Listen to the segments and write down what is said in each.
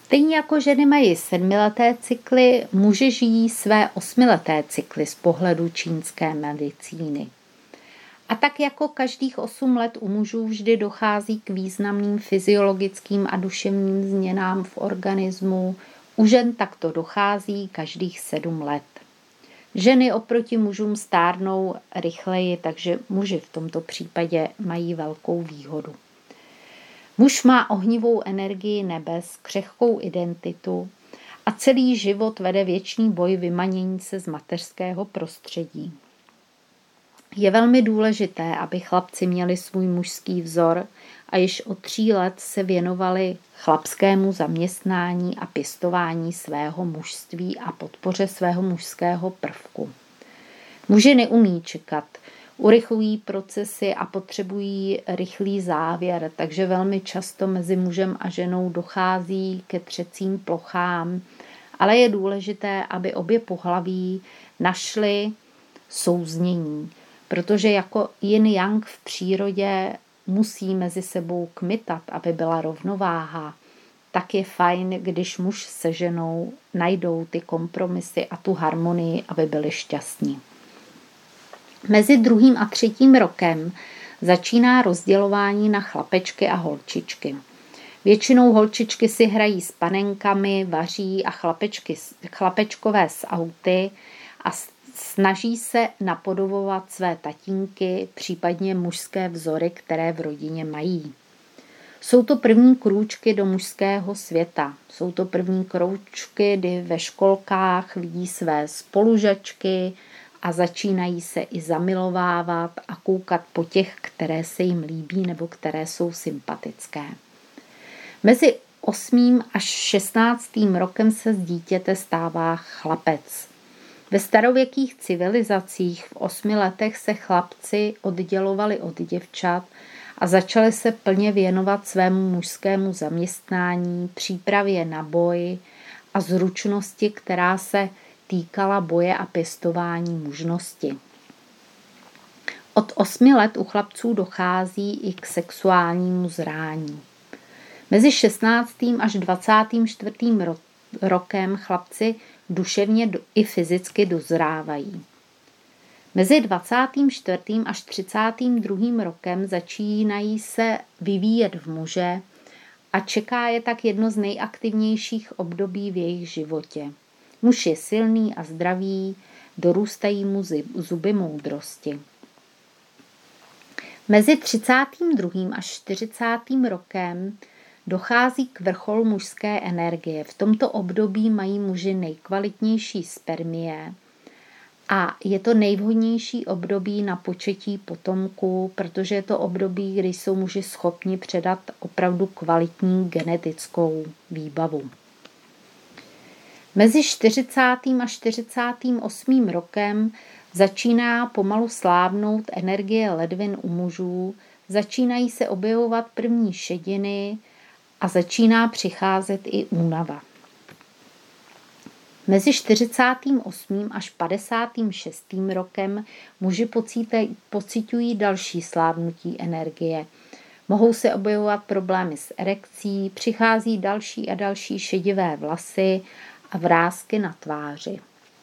Stejně jako ženy mají 7leté cykly, muži žijí své 8leté cykly z pohledu čínské medicíny. A tak jako každých 8 let u mužů vždy dochází k významným fyziologickým a duševním změnám v organismu, u žen takto dochází každých 7 let. Ženy oproti mužům stárnou rychleji, takže muži v tomto případě mají velkou výhodu. Muž má ohnivou energii nebes, křehkou identitu a celý život vede věčný boj vymanění se z mateřského prostředí. Je velmi důležité, aby chlapci měli svůj mužský vzor a již od 3 let se věnovali chlapskému zaměstnání a pěstování svého mužství a podpoře svého mužského prvku. Muži neumí čekat, urychlují procesy a potřebují rychlý závěr, takže velmi často mezi mužem a ženou dochází ke třecím plochám, ale je důležité, aby obě pohlaví našly souznění, protože jako yin-yang v přírodě musí mezi sebou kmitat, aby byla rovnováha. Tak je fajn, když muž se ženou najdou ty kompromisy a tu harmonii, aby byli šťastní. Mezi 2. a 3. rokem začíná rozdělování na chlapečky a holčičky. Většinou holčičky si hrají s panenkami, vaří a chlapečkové s auty a snaží se napodobovat své tatínky, případně mužské vzory, které v rodině mají. Jsou to první krůčky do mužského světa. Jsou to první krůčky, kdy ve školkách vidí své spolužačky a začínají se i zamilovávat a koukat po těch, které se jim líbí nebo které jsou sympatické. Mezi 8. až 16. rokem se z dítěte stává chlapec. Ve starověkých civilizacích v 8 letech se chlapci oddělovali od děvčat a začali se plně věnovat svému mužskému zaměstnání, přípravě na boj a zručnosti, která se týkala boje a pěstování mužnosti. Od 8 let u chlapců dochází i k sexuálnímu zrání. Mezi 16. až 24. rokem chlapci duševně i fyzicky dozrávají. Mezi 24. až 32. rokem začínají se vyvíjet v muže a čeká je tak jedno z nejaktivnějších období v jejich životě. Muž je silný a zdravý, dorůstají mu zuby moudrosti. Mezi 32. až 40. rokem dochází k vrcholu mužské energie. V tomto období mají muži nejkvalitnější spermie a je to nejvhodnější období na početí potomků, protože je to období, kdy jsou muži schopni předat opravdu kvalitní genetickou výbavu. Mezi 40. a 48. rokem začíná pomalu slábnout energie ledvin u mužů, začínají se objevovat první šediny a začíná přicházet i únava. Mezi 48. až 56. rokem muži pociťují další slábnutí energie. Mohou se objevovat problémy s erekcí, přichází další a další šedivé vlasy a vrásky na tváři.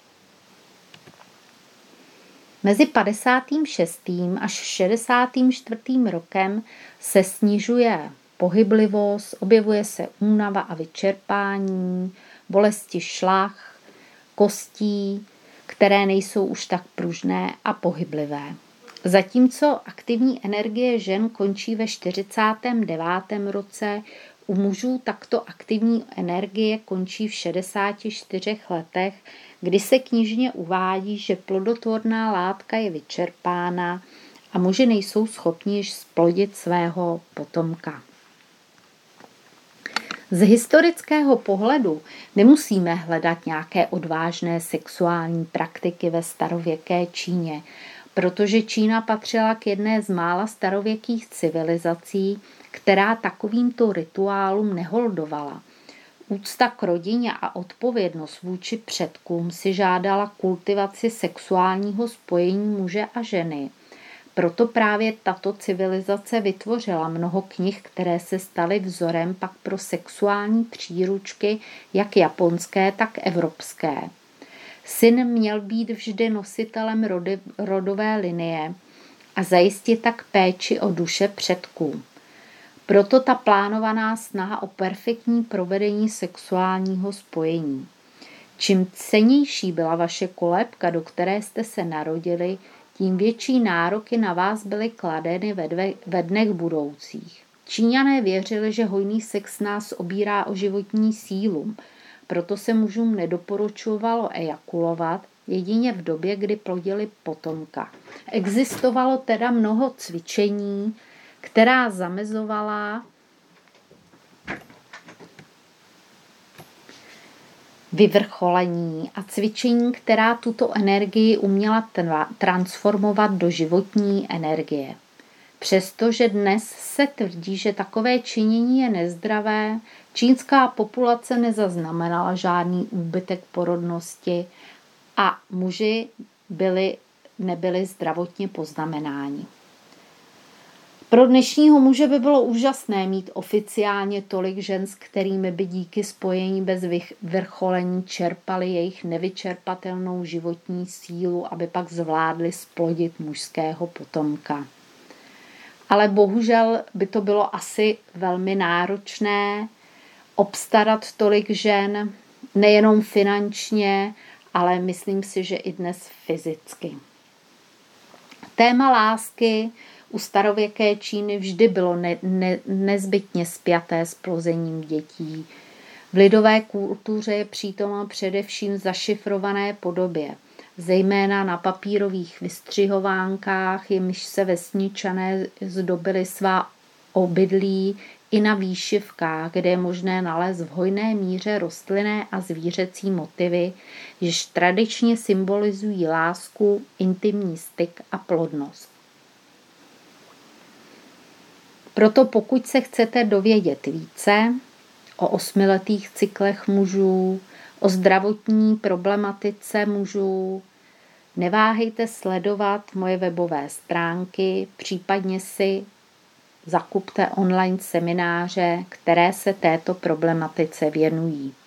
Mezi 56. až 64. rokem se snižuje pohyblivost, objevuje se únava a vyčerpání, bolesti šlach, kostí, které nejsou už tak pružné a pohyblivé. Zatímco aktivní energie žen končí ve 49. roce, u mužů takto aktivní energie končí v 64 letech, kdy se knižně uvádí, že plodotvorná látka je vyčerpána a muži nejsou schopni již zplodit svého potomka. Z historického pohledu nemusíme hledat nějaké odvážné sexuální praktiky ve starověké Číně, protože Čína patřila k jedné z mála starověkých civilizací, která takovýmto rituálům neholdovala. Úcta k rodině a odpovědnost vůči předkům si žádala kultivaci sexuálního spojení muže a ženy. Proto právě tato civilizace vytvořila mnoho knih, které se staly vzorem pak pro sexuální příručky, jak japonské, tak evropské. Syn měl být vždy nositelem rodové linie a zajistit tak péči o duše předků. Proto ta plánovaná snaha o perfektní provedení sexuálního spojení. Čím cennější byla vaše kolébka, do které jste se narodili, tím větší nároky na vás byly kladeny ve dnech budoucích. Číňané věřili, že hojný sex nás obírá o životní sílu, proto se mužům nedoporučovalo ejakulovat, jedině v době, kdy plodili potomka. Existovalo teda mnoho cvičení, která zamezovala vyvrcholení a cvičení, která tuto energii uměla transformovat do životní energie. Přestože dnes se tvrdí, že takové činění je nezdravé, čínská populace nezaznamenala žádný úbytek porodnosti a muži nebyli zdravotně poznamenáni. Pro dnešního muže by bylo úžasné mít oficiálně tolik žen, s kterými by díky spojení bez vyvrcholení čerpali jejich nevyčerpatelnou životní sílu, aby pak zvládli splodit mužského potomka. Ale bohužel by to bylo asi velmi náročné obstarat tolik žen, nejenom finančně, ale myslím si, že i dnes fyzicky. Téma lásky u starověké Číny vždy bylo nezbytně spjaté s plozením dětí. V lidové kultuře je přítomno především v zašifrované podobě, zejména na papírových vystřihovánkách, jimiž se vesničané zdobili svá obydlí, i na výšivkách, kde je možné nalézt v hojné míře rostlinné a zvířecí motivy, jež tradičně symbolizují lásku, intimní styk a plodnost. Proto pokud se chcete dovědět více o 8letých cyklech mužů, o zdravotní problematice mužů, neváhejte sledovat moje webové stránky, případně si zakupte online semináře, které se této problematice věnují.